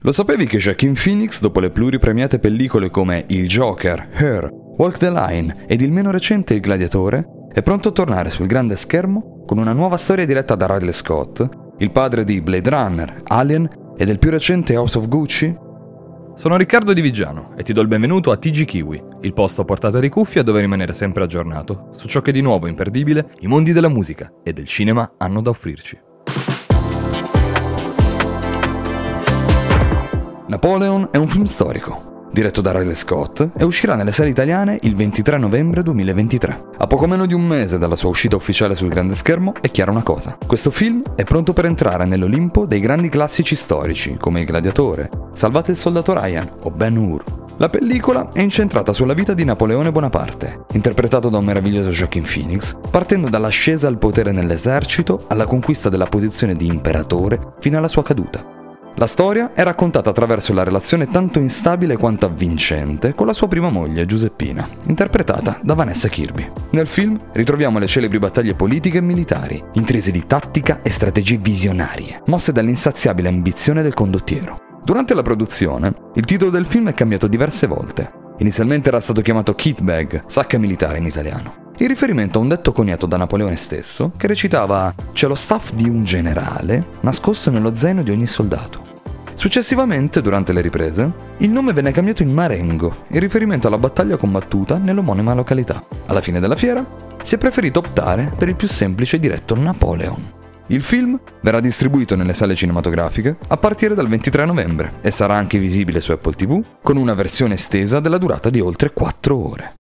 Lo sapevi che Joaquin Phoenix, dopo le pluripremiate pellicole come Il Joker, Her, Walk the Line ed il meno recente Il Gladiatore, è pronto a tornare sul grande schermo con una nuova storia diretta da Ridley Scott, il padre di Blade Runner, Alien e del più recente House of Gucci? Sono Riccardo Di Vigiano e ti do il benvenuto a TG Kiwi, il posto a portata di cuffia dove rimanere sempre aggiornato su ciò che di nuovo e imperdibile i mondi della musica e del cinema hanno da offrirci. Napoleon è un film storico, diretto da Ridley Scott e uscirà nelle sale italiane il 23 novembre 2023. A poco meno di un mese dalla sua uscita ufficiale sul grande schermo è chiara una cosa: questo film è pronto per entrare nell'Olimpo dei grandi classici storici come Il Gladiatore, Salvate il soldato Ryan o Ben-Hur. La pellicola è incentrata sulla vita di Napoleone Bonaparte, interpretato da un meraviglioso Joaquin Phoenix, partendo dall'ascesa al potere nell'esercito alla conquista della posizione di imperatore fino alla sua caduta. La storia è raccontata attraverso la relazione tanto instabile quanto avvincente con la sua prima moglie Giuseppina, interpretata da Vanessa Kirby. Nel film ritroviamo le celebri battaglie politiche e militari, intrise di tattica e strategie visionarie, mosse dall'insaziabile ambizione del condottiero. Durante la produzione, il titolo del film è cambiato diverse volte. Inizialmente era stato chiamato Kit Bag, sacca militare in italiano, in riferimento a un detto coniato da Napoleone stesso che recitava «C'è lo staff di un generale nascosto nello zaino di ogni soldato». Successivamente, durante le riprese, il nome venne cambiato in Marengo, in riferimento alla battaglia combattuta nell'omonima località. Alla fine della fiera, si è preferito optare per il più semplice e diretto Napoleon. Il film verrà distribuito nelle sale cinematografiche a partire dal 23 novembre e sarà anche visibile su Apple TV con una versione estesa della durata di oltre 4 ore.